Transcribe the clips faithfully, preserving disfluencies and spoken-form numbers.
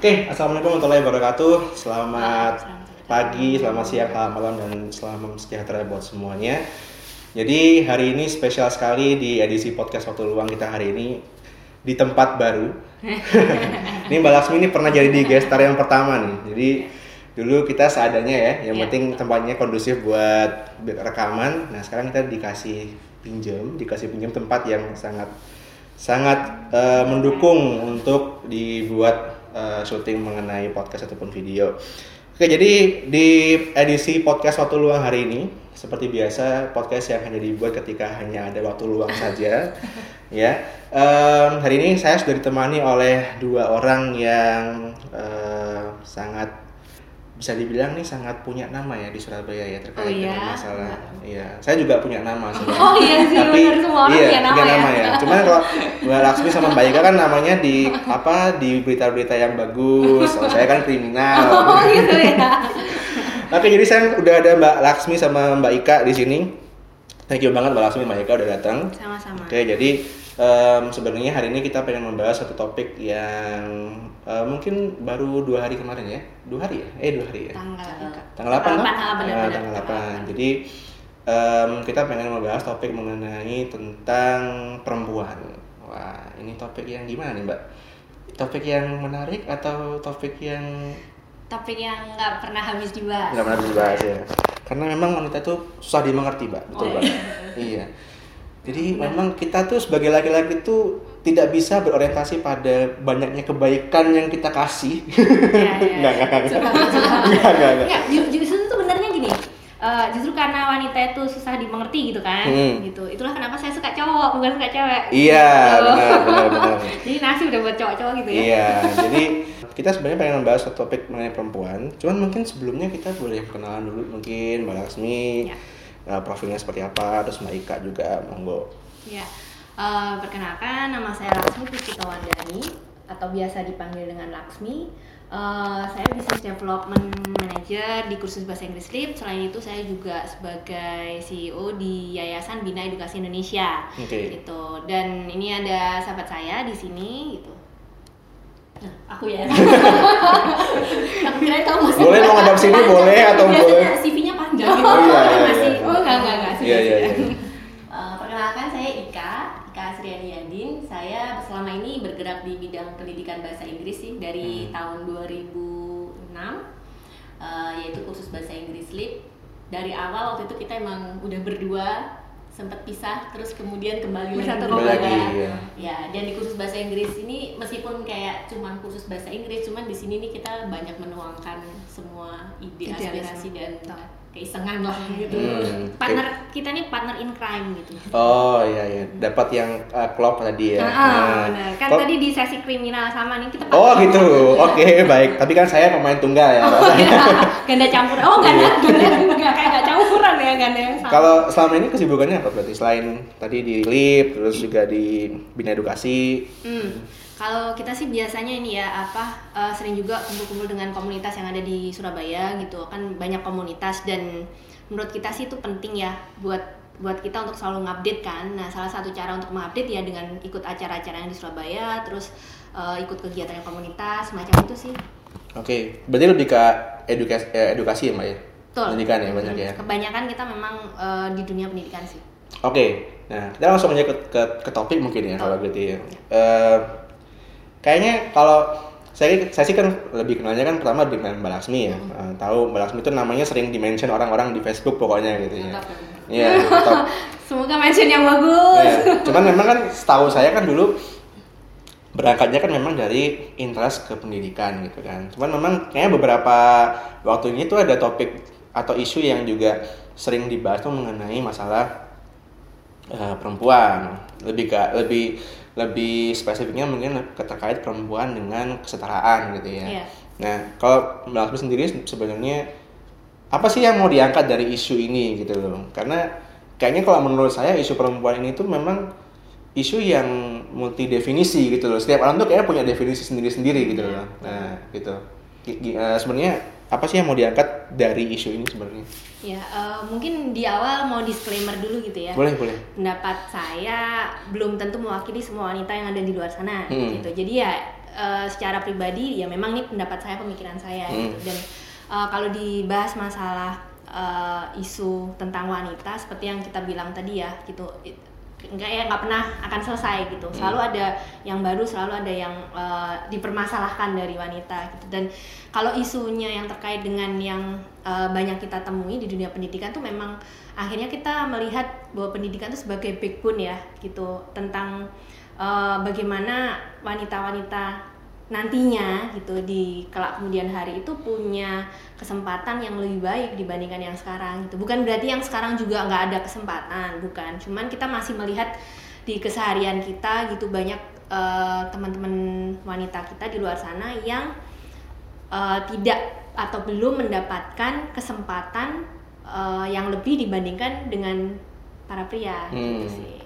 Oke, assalamualaikum warahmatullahi wabarakatuh. Selamat pagi, selamat siang, selamat malam, dan selamat sejahtera buat semuanya. Jadi hari ini spesial sekali di edisi podcast Waktu Luang kita hari ini di tempat baru. Ini Mbak Laksmi ini pernah jadi di gestar yang pertama nih. Jadi dulu kita seadanya ya, yang penting tempatnya kondusif buat rekaman. Nah sekarang kita dikasih pinjam, dikasih pinjam tempat yang sangat sangat uh, mendukung untuk dibuat uh, syuting mengenai podcast ataupun video. Oke, jadi di edisi podcast Waktu Luang hari ini, seperti biasa podcast yang hanya dibuat ketika hanya ada waktu luang saja. Ya, um, hari ini saya sudah ditemani oleh dua orang yang uh, sangat bisa dibilang nih sangat punya nama ya di Surabaya ya terkait oh, iya? dengan masalah. Iya, saya juga punya nama sebenarnya. Oh iya sih, tapi benar semua orang iya, punya nama, punya nama ya. ya. Cuman kalau Mbak Laksmi sama Mbak Ika kan namanya di apa di berita-berita yang bagus. Kalau saya kan kriminal. Oh gitu ya. Oke, jadi saya udah ada Mbak Laksmi sama Mbak Ika di sini. Thank you banget Mbak Laksmi, Mbak Ika udah datang. Sama-sama. Oke, jadi um, sebenarnya hari ini kita pengen membahas satu topik yang Uh, mungkin baru dua hari kemarin ya, dua hari ya, eh dua hari ya. Tanggal tanggal delapan kan? Nah, tanggal delapan. Jadi um, kita pengen membahas topik mengenai tentang perempuan. Wah, ini topik yang gimana nih Mbak? Topik yang menarik atau topik yang topik yang nggak pernah habis dibahas? Nggak pernah habis dibahas ya. Karena memang wanita itu susah dimengerti, Mbak. Betul, Mbak. Oh, iya. iya. Jadi nah. memang kita tuh sebagai laki-laki tuh tidak bisa berorientasi pada banyaknya kebaikan yang kita kasih. Ya, ya. Enggak, enggak, enggak. Enggak, enggak, enggak. Justru itu sebenarnya gini. Uh, justru karena wanita itu susah dimengerti gitu kan, hmm. gitu. Itulah kenapa saya suka cowok, bukan suka cewek. Iya, gitu. benar, benar, benar. Jadi nasi udah buat cowok-cowok gitu ya. Iya, jadi kita sebenarnya pengen membahas topik mengenai perempuan. Cuman mungkin sebelumnya kita boleh kenalan dulu mungkin Mbak Laksmi. Ya. Uh, profilnya seperti apa, terus Mbak Ika juga, monggo. Ya. Uh, perkenalkan, nama saya Laksmi Puspitawardhani atau biasa dipanggil dengan Laksmi. Uh, saya Business Development Manager di kursus Bahasa Inggris Lip. Selain itu saya juga sebagai C E O di Yayasan Bina Edukasi Indonesia. Okay. Gitu. Dan ini ada sahabat saya di sini gitu. Nah, aku ya. Aku kira kamu masih boleh mau ngadap sini boleh atau boleh. C V-nya panjang gitu. Oh iya iya. Masih iya. oh enggak enggak enggak. Iya iya iya. Perkenalkan saya Ika, Ika Sriani Yadin. Saya selama ini bergerak di bidang pendidikan bahasa Inggris sih dari hmm. tahun dua ribu enam, uh, yaitu kursus bahasa Inggris Lip. Dari awal waktu itu kita emang udah berdua, sempat pisah, terus kemudian kembali lagi lagi. Ya. ya, dan di kursus bahasa Inggris ini meskipun kayak cuman kursus bahasa Inggris, cuman di sini nih kita banyak menuangkan semua ide, ide aspirasi dan keisengan lah gitu. Hmm. Partner kita nih partner in crime gitu. Oh iya iya, dapat yang uh, klop tadi ya. Ah, nah, benar. Kan kalo... tadi di sesi kriminal sama nih kita. Oh gitu, oke okay, baik. Tapi kan saya pemain tunggal ya. Oh iya, ganda campur. Oh ganda, ganda enggak kayak enggak campuran ya ganda yang sama. Kalau selama ini kesibukannya apa berarti selain tadi di Lip, terus juga di Bina Edukasi? Hmm. Kalau kita sih biasanya ini ya apa uh, sering juga kumpul-kumpul dengan komunitas yang ada di Surabaya gitu, kan banyak komunitas dan menurut kita sih itu penting ya buat buat kita untuk selalu ngupdate kan. Nah salah satu cara untuk mengupdate ya dengan ikut acara-acara yang di Surabaya, terus uh, ikut kegiatan komunitas macam itu sih. Oke, okay. Berarti lebih ke edukasi, eh, edukasi ya Mbak ya? Betul. Pendidikan ya banyak ya? Kebanyakan kita memang uh, di dunia pendidikan sih. Oke, okay. Nah kita langsung aja ke, ke, ke topik mungkin ya kalau gitu ya. Uh, Kayaknya kalau saya saya sih kan lebih kenalnya kan pertama dengan Mbak Laksmi ya. Mm-hmm. Uh, tahu Mbak Laksmi itu namanya sering di-mention orang-orang di Facebook pokoknya gitu ya. Iya, top. Semoga mention yang bagus. Ya, cuman memang kan setahu saya kan dulu berangkatnya kan memang dari interest ke pendidikan gitu kan. Cuman memang kayaknya beberapa waktu ini tuh ada topik atau isu yang juga sering dibahas tuh mengenai masalah uh, perempuan. Lebih ke lebih lebih spesifiknya mungkin terkait perempuan dengan kesetaraan gitu ya. Yeah. Nah, kalau Mbak Laksmi sendiri sebenarnya apa sih yang mau diangkat dari isu ini gitu loh? Karena kayaknya kalau menurut saya isu perempuan ini tuh memang isu yang multi definisi gitu loh. Setiap orang tuh kayaknya punya definisi sendiri-sendiri gitu loh. Nah, gitu. Sebenarnya apa sih yang mau diangkat dari isu ini sebenarnya? Ya, uh, mungkin di awal mau disclaimer dulu gitu ya. Boleh, boleh. Pendapat saya belum tentu mewakili semua wanita yang ada di luar sana, hmm. gitu. Jadi ya uh, secara pribadi ya memang ini pendapat saya, pemikiran saya hmm. gitu. Dan uh, kalau dibahas masalah uh, isu tentang wanita seperti yang kita bilang tadi ya gitu, enggak ya nggak pernah akan selesai gitu. Selalu hmm. ada yang baru, selalu ada yang uh, dipermasalahkan dari wanita gitu. Dan kalau isunya yang terkait dengan yang uh, banyak kita temui di dunia pendidikan tuh memang akhirnya kita melihat bahwa pendidikan itu sebagai backbone ya gitu, tentang uh, bagaimana wanita-wanita nantinya gitu di kelak kemudian hari itu punya kesempatan yang lebih baik dibandingkan yang sekarang gitu. Bukan berarti yang sekarang juga nggak ada kesempatan, bukan. Cuman kita masih melihat di keseharian kita gitu banyak uh, teman-teman wanita kita di luar sana yang uh, tidak atau belum mendapatkan kesempatan uh, yang lebih dibandingkan dengan para pria hmm. gitu sih.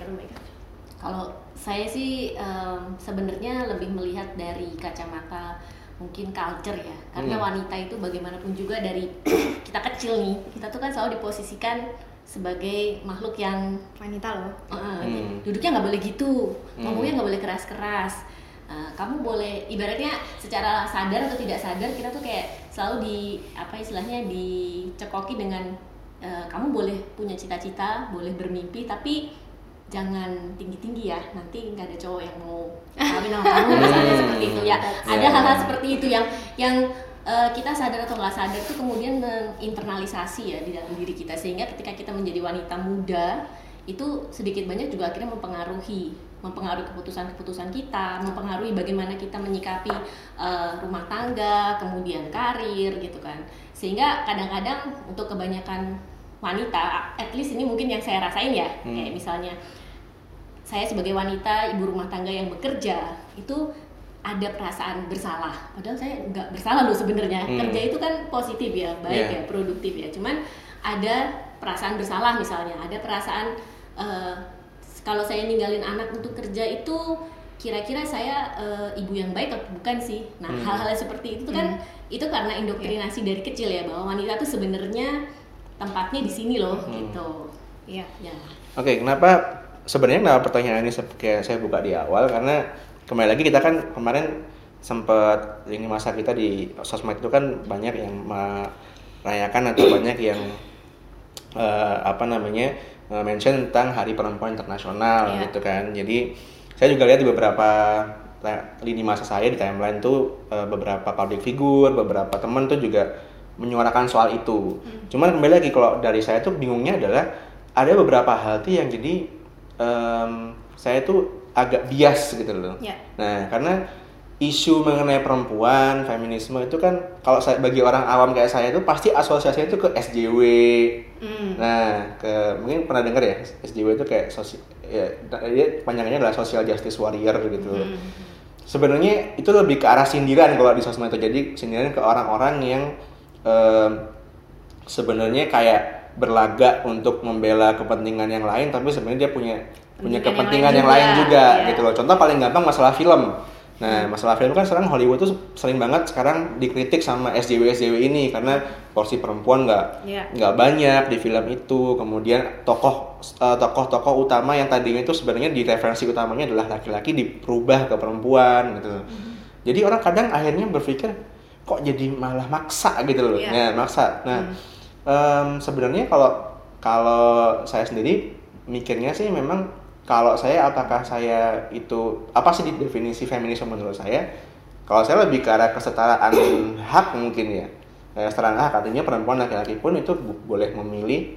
Kalau saya sih um, sebenarnya lebih melihat dari kacamata mungkin culture ya, karena hmm. wanita itu bagaimanapun juga dari kita kecil nih, kita tuh kan selalu diposisikan sebagai makhluk yang wanita loh, uh, hmm. duduknya nggak boleh gitu, hmm. ngomongnya nggak boleh keras-keras. Uh, kamu boleh, ibaratnya secara sadar atau tidak sadar kita tuh kayak selalu di apa istilahnya dicekoki dengan uh, kamu boleh punya cita-cita, boleh bermimpi, tapi jangan tinggi-tinggi ya, nanti nggak ada cowok yang mau kawin sama kamu, misalnya seperti itu ya. Ada hal-hal seperti itu yang yang uh, kita sadar atau nggak sadar tuh kemudian menginternalisasi ya di dalam diri kita, sehingga ketika kita menjadi wanita muda itu sedikit banyak juga akhirnya mempengaruhi mempengaruhi keputusan-keputusan kita, mempengaruhi bagaimana kita menyikapi uh, rumah tangga, kemudian karir gitu kan. Sehingga kadang-kadang untuk kebanyakan wanita, at least ini mungkin yang saya rasain ya, hmm. kayak misalnya saya sebagai wanita, ibu rumah tangga yang bekerja, itu ada perasaan bersalah. Padahal saya nggak bersalah loh sebenarnya. Hmm. Kerja itu kan positif ya, baik yeah. ya, produktif ya. Cuman ada perasaan bersalah misalnya, ada perasaan uh, kalau saya ninggalin anak untuk kerja itu kira-kira saya uh, ibu yang baik atau bukan sih? Nah, hmm. hal-hal seperti itu kan hmm. itu karena indoktrinasi yeah. dari kecil ya, bahwa wanita tuh sebenarnya tempatnya di sini loh, hmm. gitu. Iya. Ya. Oke, okay, kenapa sebenarnya kenapa pertanyaan ini kayak saya buka di awal, karena kembali lagi kita kan kemarin sempat ini masa kita di sosmed itu kan banyak yang merayakan atau banyak yang uh, apa namanya uh, mention tentang Hari Perempuan Internasional yeah. gitu kan. Jadi saya juga lihat di beberapa lini masa saya di timeline tuh uh, beberapa public figure, beberapa teman tuh juga menyuarakan soal itu. Hmm. Cuman kembali lagi kalau dari saya tuh bingungnya adalah ada beberapa hal tuh yang jadi Um, saya tuh agak bias gitu loh. Yeah. Nah, karena isu mengenai perempuan, feminisme itu kan kalau saya bagi orang awam kayak saya itu pasti asosiasinya itu ke S J W. Mm. Nah, ke mungkin pernah dengar ya, S J W itu kayak sosi, ya, dia panjangnya adalah social justice warrior gitu. Mm. Sebenarnya itu lebih ke arah sindiran kalau di sosmed itu. Jadi sindiran ke orang-orang yang um, sebenarnya kayak berlaga untuk membela kepentingan yang lain, tapi sebenarnya dia punya punya kepentingan yang lain, yang lain juga, juga ya. Gitu loh. Contoh paling gampang masalah film. Nah, masalah film kan sekarang Hollywood tuh sering banget sekarang dikritik sama S J W S J W ini karena porsi perempuan nggak nggak yeah. banyak di film itu. Kemudian tokoh uh, tokoh-tokoh utama yang tadinya itu sebenarnya di referensi utamanya adalah laki-laki diperubah ke perempuan gitu. Mm-hmm. Jadi orang kadang akhirnya berpikir kok jadi malah maksa gitu loh. Yeah. Nah, maksa. Nah, mm. um, sebenarnya kalau kalau saya sendiri mikirnya sih memang kalau saya, apakah saya itu, apa sih definisi feminisme menurut saya? Kalau saya lebih ke arah kesetaraan hak mungkin ya. Kesetaraan hak artinya perempuan laki-laki pun itu boleh memilih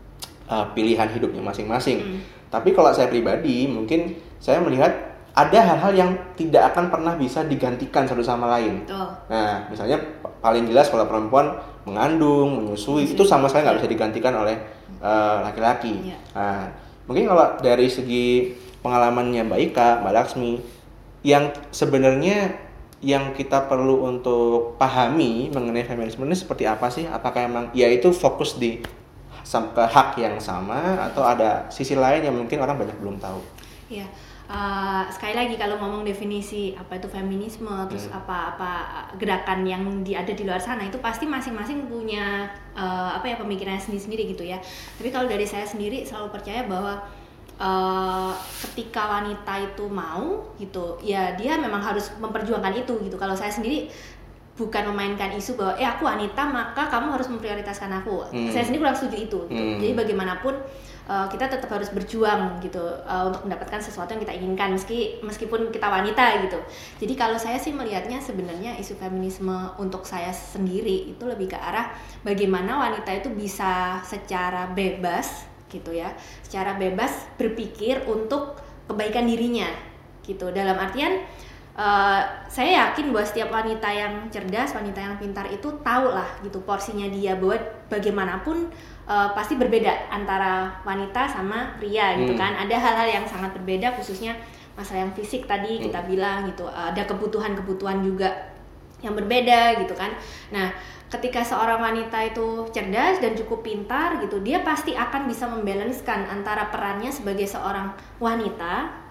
uh, pilihan hidupnya masing-masing. Hmm. Tapi kalau saya pribadi, mungkin saya melihat ada hal-hal yang tidak akan pernah bisa digantikan satu sama lain. Oh. Nah, misalnya paling jelas kalau perempuan mengandung, menyusui, Menyusui. itu sama sekali nggak bisa digantikan oleh uh, laki-laki. Yeah. Nah, mungkin kalau dari segi pengalamannya Mbak Ika, Mbak Laksmi, yang sebenarnya yang kita perlu untuk pahami mengenai feminisme ini seperti apa sih? Apakah emang ya itu fokus di ke hak yang sama atau ada sisi lain yang mungkin orang banyak belum tahu? Iya. Uh, sekali lagi kalau ngomong definisi apa itu feminisme, terus hmm. apa-apa gerakan yang di, ada di luar sana itu pasti masing-masing punya uh, apa ya pemikirannya sendiri-sendiri gitu ya. Tapi kalau dari saya sendiri selalu percaya bahwa uh, ketika wanita itu mau gitu, ya dia memang harus memperjuangkan itu gitu. Kalau saya sendiri bukan memainkan isu bahwa eh aku wanita maka kamu harus memprioritaskan aku. Hmm. Saya sendiri kurang setuju itu. Gitu. Hmm. Jadi bagaimanapun uh, kita tetap harus berjuang gitu uh, untuk mendapatkan sesuatu yang kita inginkan meski meskipun kita wanita gitu. Jadi kalau saya sih melihatnya sebenarnya isu feminisme untuk saya sendiri itu lebih ke arah bagaimana wanita itu bisa secara bebas gitu ya, secara bebas berpikir untuk kebaikan dirinya gitu. Dalam artian Uh, saya yakin bahwa setiap wanita yang cerdas, wanita yang pintar itu tahu lah gitu porsinya dia, bahwa bagaimanapun uh, pasti berbeda antara wanita sama pria gitu kan. Ada hal-hal yang sangat berbeda, khususnya masalah yang fisik tadi hmm. kita bilang gitu. Uh, ada kebutuhan-kebutuhan juga yang berbeda gitu kan. Nah, ketika seorang wanita itu cerdas dan cukup pintar gitu, dia pasti akan bisa membalanskan antara perannya sebagai seorang wanita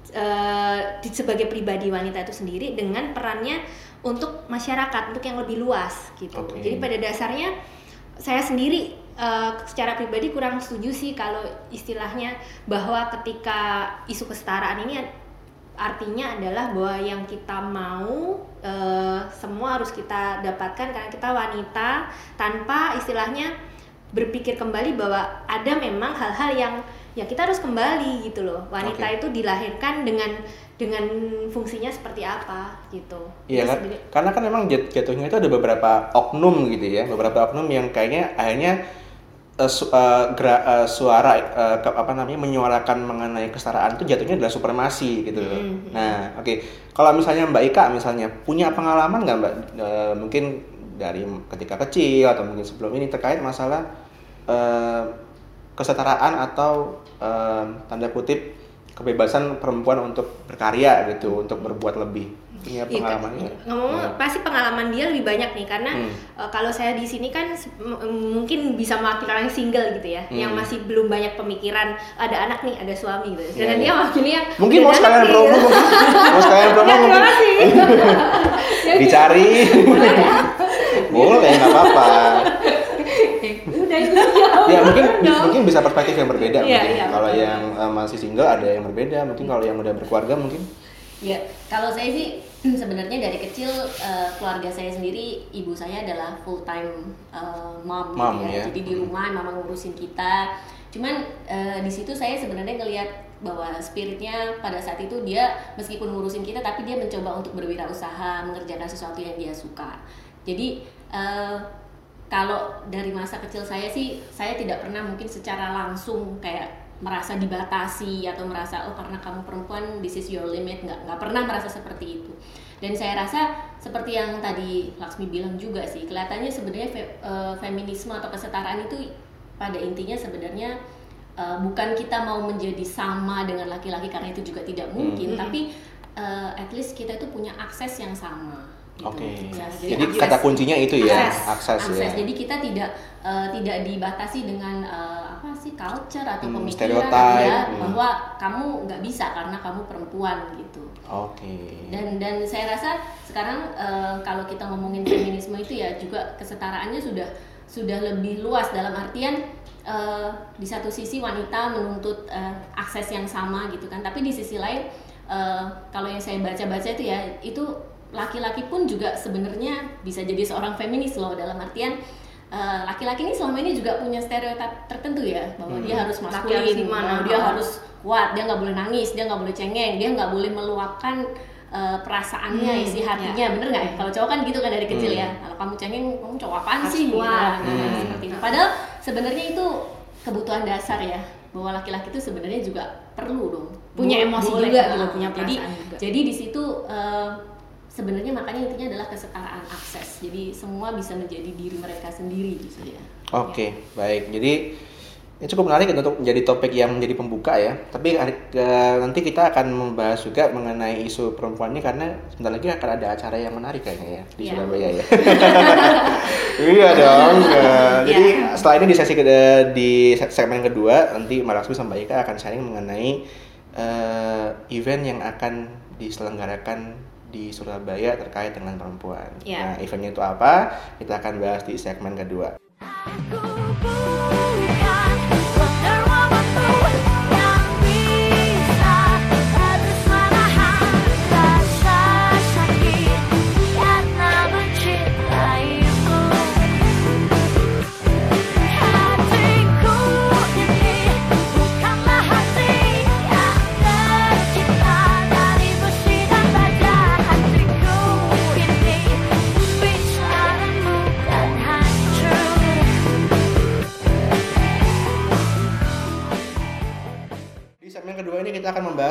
Uh, di, sebagai pribadi wanita itu sendiri dengan perannya untuk masyarakat, untuk yang lebih luas gitu. Okay. Jadi pada dasarnya saya sendiri uh, secara pribadi kurang setuju sih kalau istilahnya bahwa ketika isu kesetaraan ini artinya adalah bahwa yang kita mau uh, semua harus kita dapatkan karena kita wanita, tanpa istilahnya berpikir kembali bahwa ada memang hal-hal yang ya kita harus kembali gitu loh. Wanita okay. itu dilahirkan dengan dengan fungsinya seperti apa gitu. Iya kan? Sendiri. Karena kan memang jatuhnya itu ada beberapa oknum gitu ya, beberapa oknum yang kayaknya akhirnya uh, su- uh, gera- uh, suara uh, ke, apa namanya menyuarakan mengenai kesetaraan itu jatuhnya adalah supremasi gitu loh. Mm-hmm. Nah, oke. Okay. Kalau misalnya Mbak Ika misalnya punya pengalaman nggak Mbak, uh, mungkin dari ketika kecil atau mungkin sebelum ini terkait masalah uh, kesetaraan atau um, tanda kutip kebebasan perempuan untuk berkarya gitu, untuk berbuat lebih. Punya pengalamannya? Ngomong hmm. pasti pengalaman dia lebih banyak nih karena hmm. uh, kalau saya di sini kan m- mungkin bisa mewakili orang yang single gitu ya, hmm. yang masih belum banyak pemikiran, ada anak nih, ada suami gitu. Dan yeah, dia yeah. mewakili yang mungkin mau sekalian promo, gitu. mau sekalian promo ya, mungkin. Dicari. Boleh, nggak apa-apa. Udah itu aja. Ya mungkin no. mungkin bisa perspektif yang berbeda yeah, mungkin. Yeah, kalau betul. yang uh, masih single ada yang berbeda, mungkin kalau yang udah berkeluarga mungkin. Ya, kalau saya sih sebenarnya dari kecil uh, keluarga saya sendiri, ibu saya adalah full time uh, mom, mom gitu ya. ya. Jadi di rumah mama ngurusin kita. Cuman uh, di situ saya sebenarnya ngelihat bahwa spiritnya pada saat itu dia meskipun ngurusin kita tapi dia mencoba untuk berwirausaha, mengerjakan sesuatu yang dia suka. Jadi uh, kalau dari masa kecil saya sih, saya tidak pernah mungkin secara langsung kayak merasa dibatasi atau merasa oh karena kamu perempuan this is your limit, nggak nggak pernah merasa seperti itu. Dan saya rasa seperti yang tadi Laksmi bilang juga sih, kelihatannya sebenarnya fe, uh, feminisme atau kesetaraan itu pada intinya sebenarnya uh, bukan kita mau menjadi sama dengan laki-laki karena itu juga tidak mungkin, hmm. tapi uh, at least kita itu punya akses yang sama. Gitu. Oke. Okay. Ya, jadi jadi kata kuncinya itu ya, akses, akses, akses. ya. Jadi kita tidak uh, tidak dibatasi dengan uh, apa sih culture atau hmm, ya pemikiran ya, hmm. bahwa kamu nggak bisa karena kamu perempuan gitu. Oke. Okay. Dan dan saya rasa sekarang uh, kalau kita ngomongin feminisme itu ya juga kesetaraannya sudah sudah lebih luas dalam artian uh, di satu sisi wanita menuntut uh, akses yang sama gitu kan, tapi di sisi lain uh, kalau yang saya baca-baca itu ya itu laki-laki pun juga sebenarnya bisa jadi seorang feminis loh, dalam artian uh, laki-laki ini selama ini juga punya stereotip tertentu ya bahwa hmm. dia harus maskulin, bahwa dia harus kuat, dia nggak boleh nangis, dia nggak boleh cengeng, dia nggak boleh meluapkan uh, perasaannya, hmm. isi hatinya, ya. Bener nggak? Hmm. Kalau cowok kan gitu kan dari kecil hmm. ya, kalau kamu cengeng, kamu cowok apaan sih? Kuat, gitu. hmm. seperti itu. Padahal sebenarnya itu kebutuhan dasar ya, bahwa laki-laki itu sebenarnya juga perlu dong punya emosi boleh, juga, gitu, punya perasaan jadi, juga. Jadi di situ uh, sebenarnya makanya intinya adalah kesetaraan akses. Jadi semua bisa menjadi diri mereka sendiri gitu ya. Oke, okay, ya. Baik. Jadi ini cukup menarik untuk menjadi topik yang menjadi pembuka ya. Tapi uh, nanti kita akan membahas juga mengenai isu perempuan ini karena sebentar lagi akan ada acara yang menarik kayaknya ya di ya. Surabaya ya. Iya dong. Uh, jadi ya. Setelah ini di sesi kedua, di segmen kedua nanti Mbak Laksmi sama Mbak Ika akan sharing mengenai uh, event yang akan diselenggarakan di Surabaya terkait dengan perempuan. Yeah. Nah, eventnya itu apa? Kita akan bahas di segmen kedua. Aku bukan wonder woman yang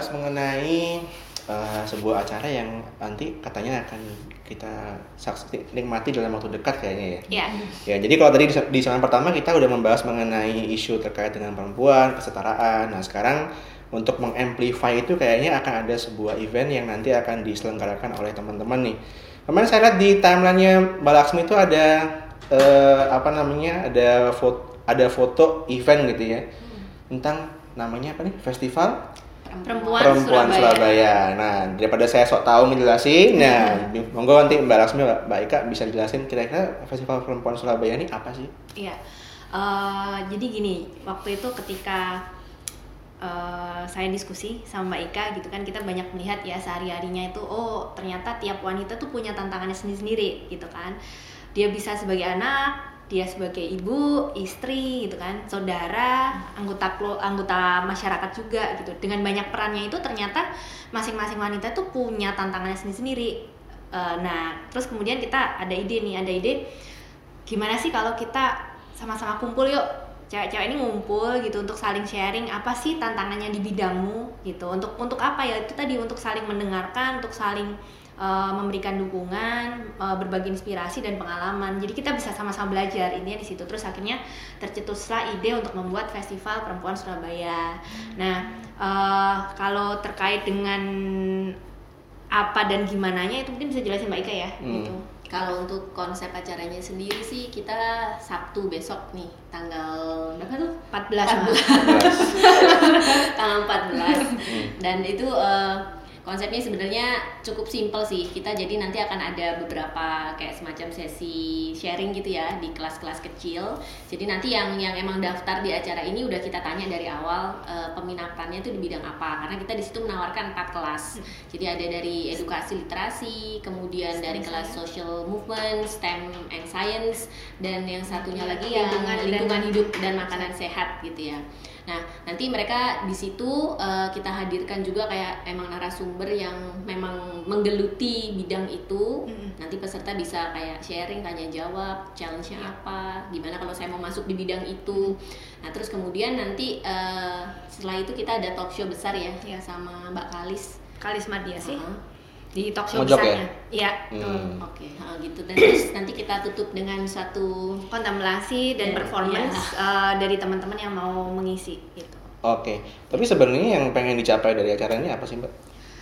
membahas mengenai uh, sebuah acara yang nanti katanya akan kita saksi nikmati dalam waktu dekat kayaknya ya. Iya. Ya, jadi kalau tadi di, di segmen pertama kita udah membahas mengenai isu terkait dengan perempuan, kesetaraan. Nah, sekarang untuk mengamplify itu kayaknya akan ada sebuah event yang nanti akan diselenggarakan oleh teman-teman nih. Kemarin saya lihat di timelinenya Mbak Laksmi itu ada uh, apa namanya? ada foto ada foto event gitu ya. Hmm. Tentang namanya apa nih? Festival Perempuan, Perempuan Surabaya. Surabaya. Nah, daripada saya sok tahu ngejelasin, nah, monggo nanti Mbak Laksmi, Mbak Ika bisa jelasin kira-kira Festival Perempuan Surabaya ini apa sih? Iya. Uh, jadi gini, waktu itu ketika uh, saya diskusi sama Mbak Ika gitu kan, kita banyak melihat ya sehari-harinya itu, oh ternyata tiap wanita tuh punya tantangannya sendiri-sendiri gitu kan. Dia bisa sebagai anak, dia sebagai ibu, istri gitu kan, saudara, anggota anggota masyarakat juga gitu. Dengan banyak perannya itu ternyata masing-masing wanita tuh punya tantangannya sendiri-sendiri. Uh, nah, terus kemudian kita ada ide nih, ada ide gimana sih kalau kita sama-sama kumpul yuk, cewek-cewek ini ngumpul gitu untuk saling sharing apa sih tantangannya di bidangmu gitu. Untuk untuk apa ya? Itu tadi untuk saling mendengarkan, untuk saling Uh, memberikan dukungan, uh, berbagi inspirasi dan pengalaman. Jadi kita bisa sama-sama belajar ini di situ. Terus akhirnya tercetuslah ide untuk membuat Festival Perempuan Surabaya. Nah, uh, kalau terkait dengan apa dan gimananya itu mungkin bisa jelasin Mbak Ika ya. Hmm. Gitu. Kalau untuk konsep acaranya sendiri sih kita Sabtu besok nih tanggal berapa tuh? empat belas. Tanggal empat belas. Dan itu uh, konsepnya sebenarnya cukup simpel sih. Kita jadi nanti akan ada beberapa kayak semacam sesi sharing gitu ya di kelas-kelas kecil. Jadi nanti yang yang emang daftar di acara ini udah kita tanya dari awal e, peminatannya itu di bidang apa. Karena kita di situ menawarkan empat kelas. Jadi ada dari edukasi literasi, kemudian dari kelas social movement, STEM and science, dan yang satunya lagi yang lingkungan, lingkungan hidup dan makanan sehat gitu ya. Nah, nanti mereka di situ uh, kita hadirkan juga kayak emang narasumber yang memang menggeluti bidang itu. Mm-hmm. Nanti peserta bisa kayak sharing, tanya jawab, challenge-nya apa, gimana kalau saya mau masuk di bidang itu. Nah, terus kemudian nanti uh, setelah itu kita ada talk show besar ya, ya sama Mbak Kalis. Kalis Madia sih. Uh-huh. Di talk show Mojok besarnya. Iya. Ya? Hmm. Oke, okay. Nah, gitu. Dan terus nanti kita tutup dengan satu kontemplasi dan yeah, performance yeah. uh, dari teman-teman yang mau mengisi gitu. Oke. Okay. Tapi sebenarnya yang pengen dicapai dari acara ini apa sih, Mbak?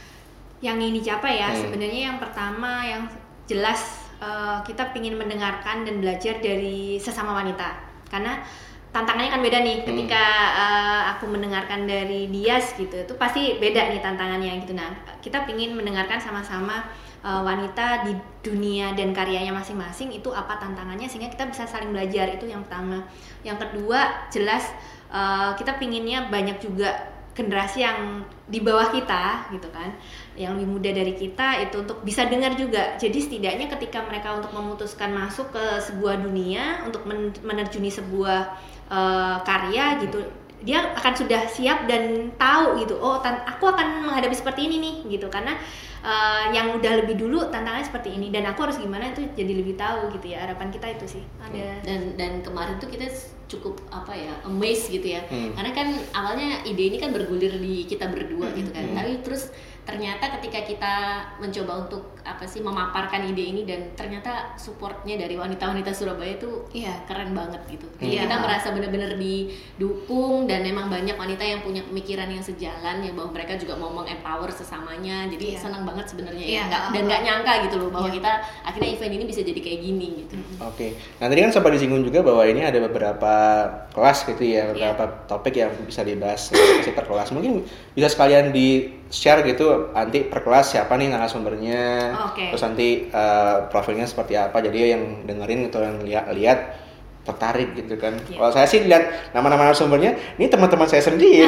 Yang ingin dicapai ya, hmm. sebenarnya yang pertama yang jelas uh, kita ingin mendengarkan dan belajar dari sesama wanita. Karena tantangannya kan beda nih ketika uh, aku mendengarkan dari Dias gitu, itu pasti beda nih tantangannya gitu. Nah, kita ingin mendengarkan sama-sama uh, wanita di dunia dan karyanya masing-masing itu apa tantangannya sehingga kita bisa saling belajar, itu yang pertama. Yang kedua jelas uh, kita pinginnya banyak juga generasi yang di bawah kita gitu kan, yang lebih muda dari kita itu untuk bisa dengar juga. Jadi setidaknya ketika mereka untuk memutuskan masuk ke sebuah dunia untuk menerjuni sebuah Uh, karya gitu, dia akan sudah siap dan tahu gitu, oh tan- aku akan menghadapi seperti ini nih gitu, karena uh, yang udah lebih dulu tantangannya seperti ini dan aku harus gimana itu jadi lebih tahu gitu ya. Harapan kita itu sih ada. Dan dan kemarin tuh kita cukup apa ya amazed gitu ya, hmm. karena kan awalnya ide ini kan bergulir di kita berdua hmm. gitu kan, hmm. tapi terus ternyata ketika kita mencoba untuk apa sih memaparkan ide ini dan ternyata supportnya dari wanita-wanita Surabaya itu iya keren banget gitu. Jadi iya. kita merasa benar-benar didukung dan memang banyak wanita yang punya pemikiran yang sejalan, yang bahwa mereka juga mau meng-empower sesamanya. Jadi iya. senang banget sebenarnya iya. ya nggak, dan nggak nyangka gitu loh bahwa iya. kita akhirnya event ini bisa jadi kayak gini gitu. Oke. Okay. Nah tadi kan sempat disinggung juga bahwa ini ada beberapa kelas gitu ya, beberapa iya. topik yang bisa dibahas per kelas. Mungkin bisa sekalian di share gitu nanti per kelas siapa nih narasumbernya, okay. terus nanti uh, profilnya seperti apa, jadi yang dengerin atau yang lihat-lihat tertarik gitu kan. Yeah. Kalau saya sih lihat nama-nama narasumbernya, ini teman-teman saya sendiri.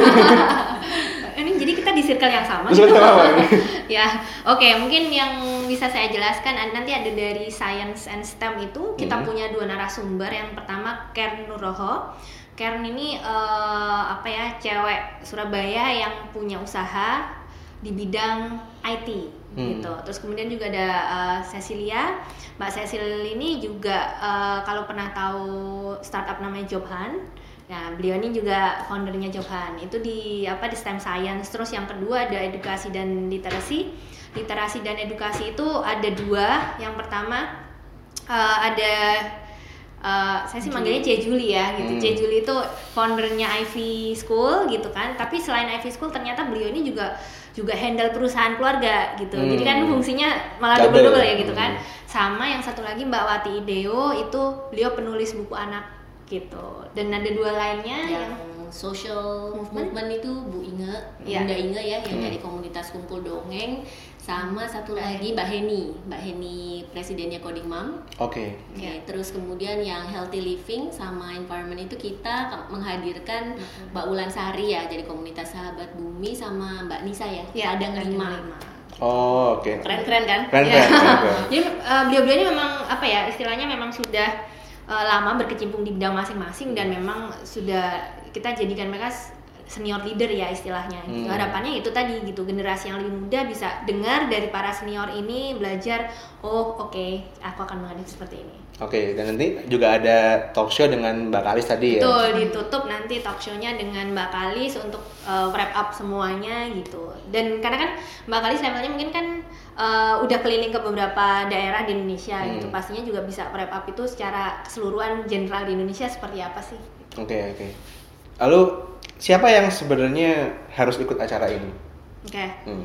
Ini jadi kita di circle yang sama. Gitu. Ya, oke okay, mungkin yang bisa saya jelaskan nanti ada dari Science and STEM itu kita mm-hmm. punya dua narasumber. Yang pertama Kern Nuroho. Karen ini uh, apa ya cewek Surabaya yang punya usaha di bidang I T hmm. gitu. Terus kemudian juga ada uh, Cecilia, Mbak Cecil ini juga uh, kalau pernah tahu startup namanya Job Hunt, Nah, beliau ini juga foundernya Johan. Itu di apa di STEM Science. Terus yang kedua ada edukasi dan literasi. Literasi dan edukasi itu ada dua. Yang pertama uh, ada uh, saya sih manggilnya C Juli ya gitu. Hmm. C Juli itu foundernya Ivy School gitu kan. Tapi selain Ivy School ternyata beliau ini juga juga handle perusahaan keluarga gitu. Hmm. Jadi kan fungsinya malah double-double ya gitu kan. Sama yang satu lagi Mbak Wati Ideo itu beliau penulis buku anak gitu. Dan ada dua lainnya yang, yang social movement, movement itu Bu Inge, ya. Bunda Inge ya yang hmm. dari komunitas Kumpul Dongeng. Sama satu lagi Mbak Heni, Mbak Heni presidennya Coding Mom. Oke. Okay. Okay. Terus kemudian yang healthy living sama environment itu kita menghadirkan mm-hmm. Mbak Ulan Sari ya, jadi komunitas sahabat bumi sama Mbak Nisa ya. Ya, ada lima. Oh, oke. Okay. Keren-keren kan? Keren-keren. Ya. Keren-keren. Jadi uh, beliau-beliau ini memang apa ya, istilahnya memang sudah uh, lama berkecimpung di bidang masing-masing dan memang sudah kita jadikan mereka senior leader ya istilahnya. Hmm. Harapannya itu tadi gitu, generasi yang lebih muda bisa dengar dari para senior ini, belajar, oh oke, okay, aku akan menghadapi seperti ini. Oke, okay, dan nanti juga ada talk show dengan Mbak Kalis tadi ya? Betul, ditutup nanti talk show-nya dengan Mbak Kalis untuk uh, wrap up semuanya gitu. Dan karena kan Mbak Kalis levelnya mungkin kan uh, udah keliling ke beberapa daerah di Indonesia hmm. gitu, pastinya juga bisa wrap up itu secara keseluruhan general di Indonesia seperti apa sih. Oke, okay, oke. Okay. Lalu siapa yang sebenarnya harus ikut acara ini? Oke. Okay. Hmm.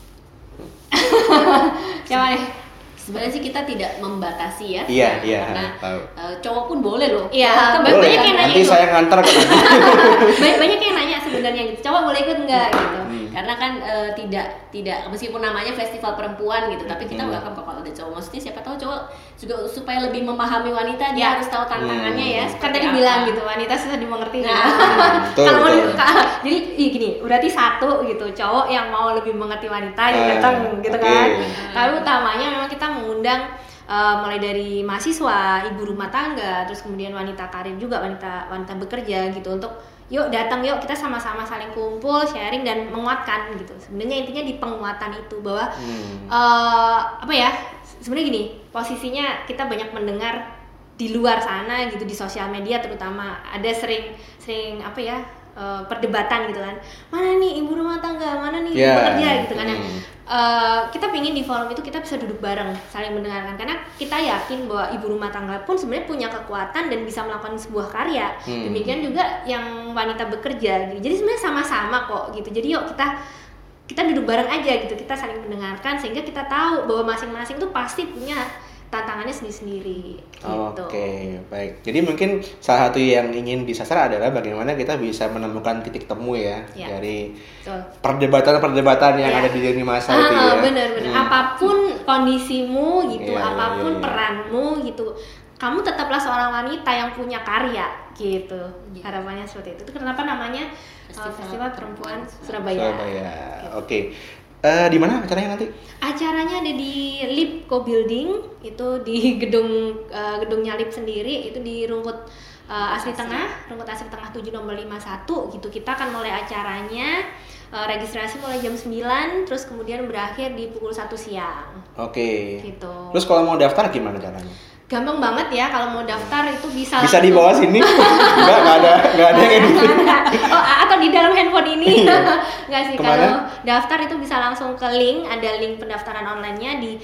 Siapa nih? Sebenarnya sih kita tidak membatasi ya. Iya, iya. Karena uh, cowok pun boleh loh. Iya, boleh. Banyak yang nanya nanti itu. saya nganter ke banyak, banyak yang nanya sebenarnya gitu. Cowok boleh ikut enggak gitu. Hmm. Karena kan uh, tidak tidak meskipun namanya festival perempuan gitu, tapi kita nggak hmm. akan kalau ada cowok. Maksudnya siapa tahu cowok juga supaya lebih memahami wanita dia ya. harus tahu tantangannya hmm. ya. Kan tadi apa. Bilang gitu, wanita susah dimengerti. Nah. Betul, Kalau betul. Jadi gini, berarti satu gitu, cowok yang mau lebih mengerti wanita yang uh, datang gitu okay. kan. Tapi utamanya memang kita mengundang Uh, mulai dari mahasiswa, ibu rumah tangga, terus kemudian wanita karir juga, wanita wanita bekerja gitu untuk yuk datang yuk kita sama-sama saling kumpul, sharing dan menguatkan gitu. Sebenarnya intinya di penguatan itu bahwa hmm. uh, apa ya? Sebenarnya gini, posisinya kita banyak mendengar di luar sana gitu di sosial media terutama ada sering sering apa ya? Uh, perdebatan gitu kan, mana nih ibu rumah tangga, mana nih yeah. bekerja gitu kan. Hmm. Uh, kita pingin di forum itu kita bisa duduk bareng, saling mendengarkan karena kita yakin bahwa ibu rumah tangga pun sebenarnya punya kekuatan dan bisa melakukan sebuah karya. Hmm. Demikian juga yang wanita bekerja gitu. Jadi sebenarnya sama-sama kok gitu. Jadi yuk kita kita duduk bareng aja gitu, kita saling mendengarkan sehingga kita tahu bahwa masing-masing tuh pasti punya tantangannya sendiri-sendiri gitu. Oke, okay, baik. Jadi mungkin salah satu yang ingin disasar adalah bagaimana kita bisa menemukan titik temu ya, ya. dari so. perdebatan-perdebatan yang ya. ada di lini masa ah, itu ya. Benar-benar. Hmm. Apapun kondisimu gitu, ya, ya, apapun ya. peranmu gitu, kamu tetaplah seorang wanita yang punya karya gitu. Ya. Harapannya seperti itu. Itu kenapa namanya Festival, Festival Perempuan Surabaya. Surabaya. Oke. Okay. Uh, di mana acaranya nanti? Acaranya ada di Lip Co-Building, itu di gedung uh, gedungnya Lip sendiri, itu di Rungkut uh, Asri Tengah, Rungkut Asri Tengah tujuh nomor lima puluh satu gitu. Kita akan mulai acaranya uh, registrasi mulai jam sembilan, terus kemudian berakhir di pukul satu siang. Oke. Okay. Gitu. Terus kalau mau daftar gimana caranya? Gampang banget ya, kalau mau daftar itu bisa bisa langsung. Di bawah sini? Enggak, enggak ada, enggak ada yang ini. Oh, atau di dalam handphone ini. Enggak sih, Kemana? kalau daftar itu bisa langsung ke link, ada link pendaftaran online-nya di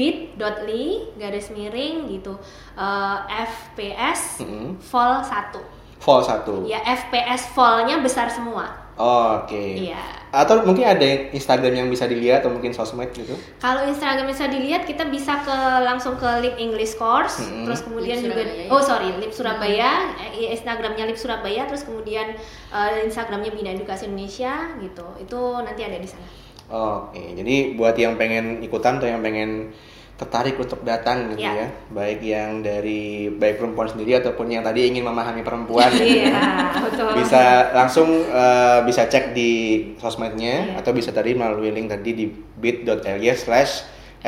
bit.ly garis miring gitu. Uh, F P S mm-hmm. Vol satu. Vol satu. Ya, F P S Vol-nya besar semua. Oh, oke. Okay. Iya. Atau mungkin ada Instagram yang bisa dilihat atau mungkin sosmed gitu? Kalau Instagram bisa dilihat, kita bisa ke langsung ke Lip English Course, hmm. terus kemudian Lip juga Surabaya, oh sorry Lip Surabaya, hmm. Instagramnya Lip Surabaya, terus kemudian uh, Instagramnya Bina Edukasi Indonesia gitu. Itu nanti ada di sana. Oh, oke. Okay. Jadi buat yang pengen ikutan atau yang pengen tertarik untuk datang gitu ya. ya, baik yang dari baik perempuan sendiri ataupun yang tadi ingin memahami perempuan, iya, betul. bisa langsung uh, bisa cek di sosmednya iya. atau bisa tadi melalui link tadi di bit.ly slash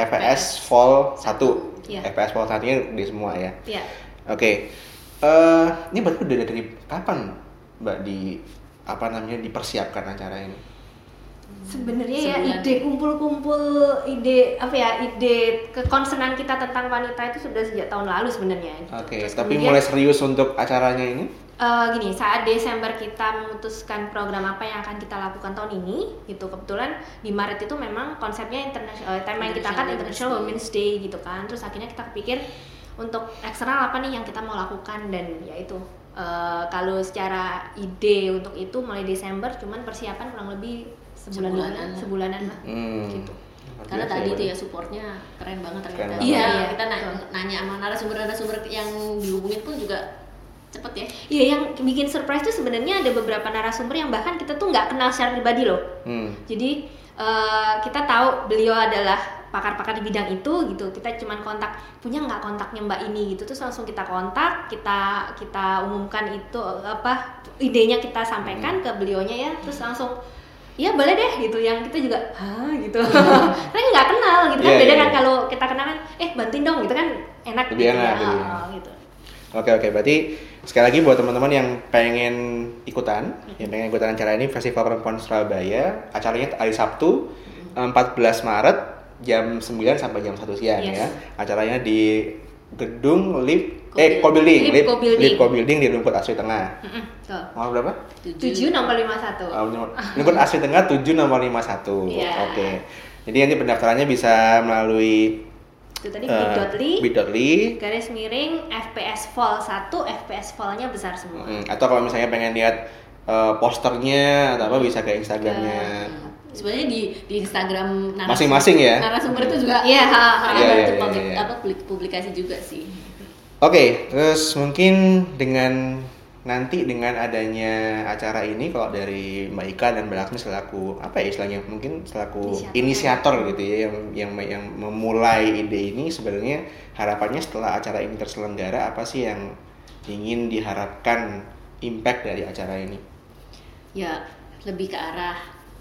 fpsvol satu, fpsvol satu nya di semua ya. Iya. Oke, okay. uh, ini berarti udah dari kapan Mbak di apa namanya dipersiapkan acara ini? Sebenarnya ya ide kumpul-kumpul ide apa ya ide kekonsenan kita tentang wanita itu sudah sejak tahun lalu sebenarnya. Oke, okay, tapi kemudian, mulai serius untuk acaranya ini? Uh, gini, saat Desember kita memutuskan program apa yang akan kita lakukan tahun ini, gitu. Kebetulan di Maret itu memang konsepnya internasional, uh, tema yang kita angkat International Women's Day, gitu kan. Terus akhirnya kita kepikir untuk eksternal apa nih yang kita mau lakukan, dan ya itu. Uh, kalau secara ide untuk itu mulai Desember, cuman persiapan kurang lebih sebulan sebulanan, sebulanan lah, hmm. gitu. Karena tadi itu ya supportnya keren banget ternyata. Iya, iya, kita nanya, nanya sama narasumber-narasumber yang dihubungin pun juga cepet ya. Iya, yang bikin surprise tuh sebenarnya ada beberapa narasumber yang bahkan kita tuh nggak kenal secara pribadi loh. Hmm. Jadi uh, kita tahu beliau adalah pakar-pakar di bidang itu gitu. Kita cuman kontak, punya nggak kontaknya Mbak ini gitu, terus langsung kita kontak, kita kita umumkan itu apa idenya kita sampaikan hmm. ke beliaunya ya, terus langsung iya boleh deh gitu, yang kita juga hah gitu karena nggak kenal gitu kan, yeah, beda yeah, kan yeah. Kalau kita kenal kan eh bantuin dong gitu kan enak lebih gitu, enak, ya. gitu. Oh, gitu. Oke oke, berarti sekali lagi buat teman-teman yang pengen ikutan, mm-hmm. yang pengen ikutan acara ini, Festival Perempuan Surabaya, acaranya hari Sabtu mm-hmm. empat belas Maret jam sembilan sampai jam satu siang, yes. ya. Acaranya di Gedung Lip eh Co-Building, Lip Co-Building di Rumput Asri Tengah. Mm-hmm. Nomor berapa? tujuh nomor lima puluh satu. Oh, Rumput Asri Tengah tujuh nomor lima puluh satu. Yeah. Oke. Okay. Jadi nanti pendaftarannya bisa melalui itu tadi uh, bit.ly, bit.ly garis miring F P S Vol satu, F P S Vol-nya besar semua. Hmm, atau kalau misalnya pengen lihat uh, posternya atau apa bisa ke Instagramnya. Uh, sebenarnya di di Instagram narasumber, masing-masing ya. Narasumber itu juga iya, ada yeah, bantu yeah, publik, yeah. apa publikasi juga sih. Oke, okay, terus mungkin dengan nanti dengan adanya acara ini, kalau dari Mbak Ika dan Mbak Laksmi selaku apa ya istilahnya, mungkin selaku inisiator, inisiator gitu ya, yang yang yang memulai ide ini, sebenarnya harapannya setelah acara ini terselenggara apa sih yang ingin diharapkan impact dari acara ini? Ya lebih ke arah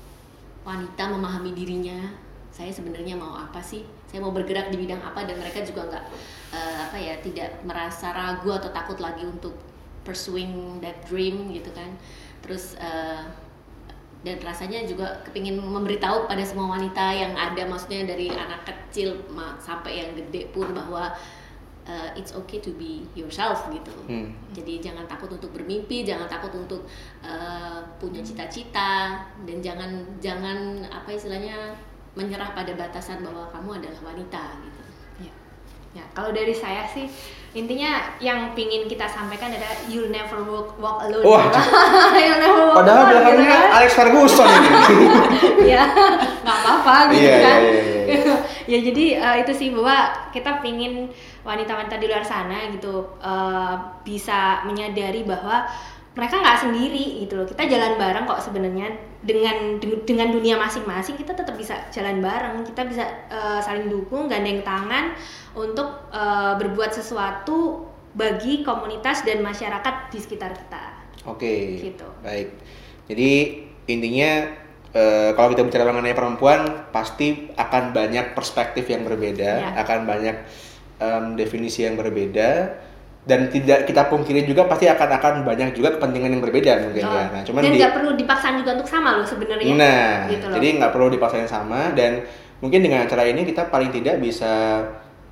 wanita memahami dirinya. Saya sebenarnya mau apa sih? Saya mau bergerak di bidang apa, dan mereka juga nggak uh, apa ya tidak merasa ragu atau takut lagi untuk pursuing that dream gitu kan. Terus uh, dan rasanya juga kepingin memberitahu pada semua wanita yang ada, maksudnya dari anak kecil sampai yang gede pun, bahwa uh, it's okay to be yourself gitu. Hmm. Jadi jangan takut untuk bermimpi, jangan takut untuk uh, punya cita-cita, dan jangan jangan apa istilahnya menyerah pada batasan bahwa kamu adalah wanita gitu. Ya, ya kalau dari saya sih intinya yang pingin kita sampaikan adalah you'll never walk, walk alone. Wah, you'll never walk padahal alone. belakangnya gitu kan? Alex Ferguson ini. Ya, nggak apa-apa gitu yeah, kan. Yeah, yeah, yeah. Ya jadi uh, itu sih bahwa kita pingin wanita-wanita di luar sana gitu uh, bisa menyadari bahwa mereka nggak sendiri gitu loh. Kita jalan bareng kok sebenarnya, dengan dengan dunia masing-masing kita tetap bisa jalan bareng. Kita bisa uh, saling dukung, gandeng tangan untuk uh, berbuat sesuatu bagi komunitas dan masyarakat di sekitar kita. Oke. Okay. Gitu. Baik. Jadi intinya uh, kalau kita bicara mengenai perempuan, pasti akan banyak perspektif yang berbeda, ya. Akan banyak um, definisi yang berbeda. Dan tidak kita pungkiri juga pasti akan akan banyak juga kepentingan yang berbeda mungkin oh. ya. Nah, cuman dan nggak di... perlu dipaksain juga untuk sama loh sebenarnya. Nah, gitu jadi nggak perlu dipaksain sama, dan mungkin dengan acara ini kita paling tidak bisa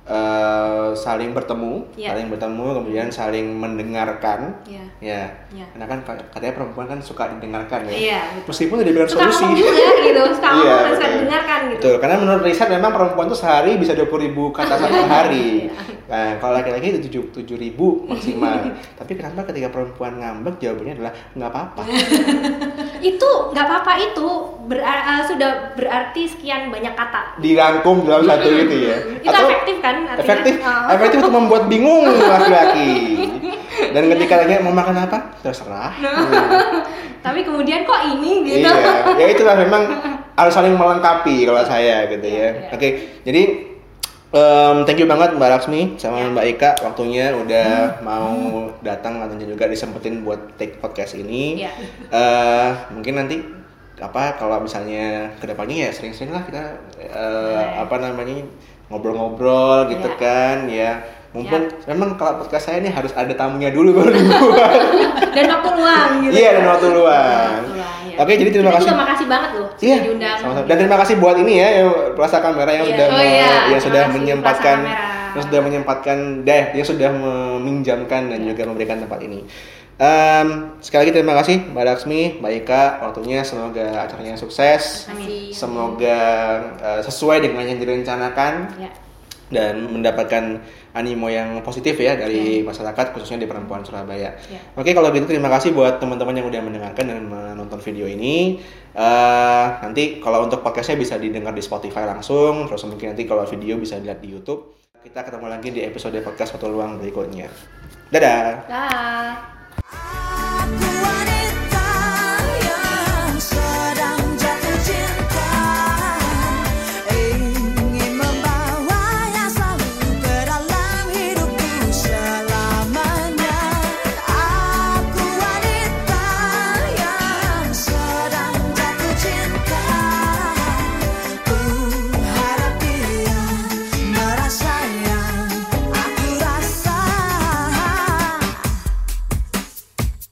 uh, saling bertemu, yeah. saling bertemu, kemudian saling mendengarkan, yeah. ya. Yeah. Karena kan katanya perempuan kan suka didengarkan ya. Yeah, gitu. Meskipun tidak diberikan solusi. Suka ngomong juga gitu, suka ngomong yeah, dan suka didengarkan gitu. Betul, karena menurut riset memang perempuan tuh sehari bisa dua puluh ribu kata satu hari. Nah, kalau laki-laki itu tujuh ribu maksimal. Tapi kenapa ketika perempuan ngambek jawabannya adalah nggak apa-apa? Itu nggak apa-apa itu ber, uh, sudah berarti sekian banyak kata. Dirangkum dalam satu gitu ya. Itu atau efektif kan? Artinya? Efektif, oh. efektif untuk membuat bingung laki-laki. Dan ketika lagi mau makan apa, terserah. No. Hmm. Tapi kemudian kok ini gitu? Iya, ya itulah memang harus saling melengkapi kalau saya gitu ya. ya. Oke, okay, jadi Um, thank you banget Mbak Laksmi sama ya. Mbak Ika, waktunya udah hmm. mau datang dan juga disempetin buat take podcast ini. Ya. Uh, mungkin nanti apa kalau misalnya kedepannya ya sering-sering lah kita uh, ya. apa namanya ngobrol-ngobrol gitu ya. kan ya. Mumpung ya. memang kalau podcast saya ini harus ada tamunya dulu baru dibuat. Dan waktu luang gitu. Iya, dan waktu luang. Ya. Oke, jadi terima kita kasih. Terima kasih banget loh sudah iya, diundang. Sama-sama. Dan terima kasih buat ini ya, yang Plaza Kamera yang iya. sudah oh, me, iya. yang sudah menyempatkan yang sudah menyempatkan deh, yang sudah meminjamkan dan iya. juga memberikan tempat ini. Um, sekali lagi terima kasih Mbak Laksmi, Mbak Ika, waktunya. Semoga acaranya sukses. Amin. Semoga uh, sesuai dengan yang direncanakan Ya. dan mendapatkan animo yang positif ya dari ya. masyarakat, khususnya di perempuan Surabaya. Ya. Oke, kalau gitu terima kasih buat teman-teman yang udah mendengarkan dan menonton video ini. Uh, nanti kalau untuk podcastnya bisa didengar di Spotify langsung, terus mungkin nanti kalau video bisa dilihat di YouTube. Kita ketemu lagi di episode podcast Waktu Luang berikutnya. Dadah. Dah. Aku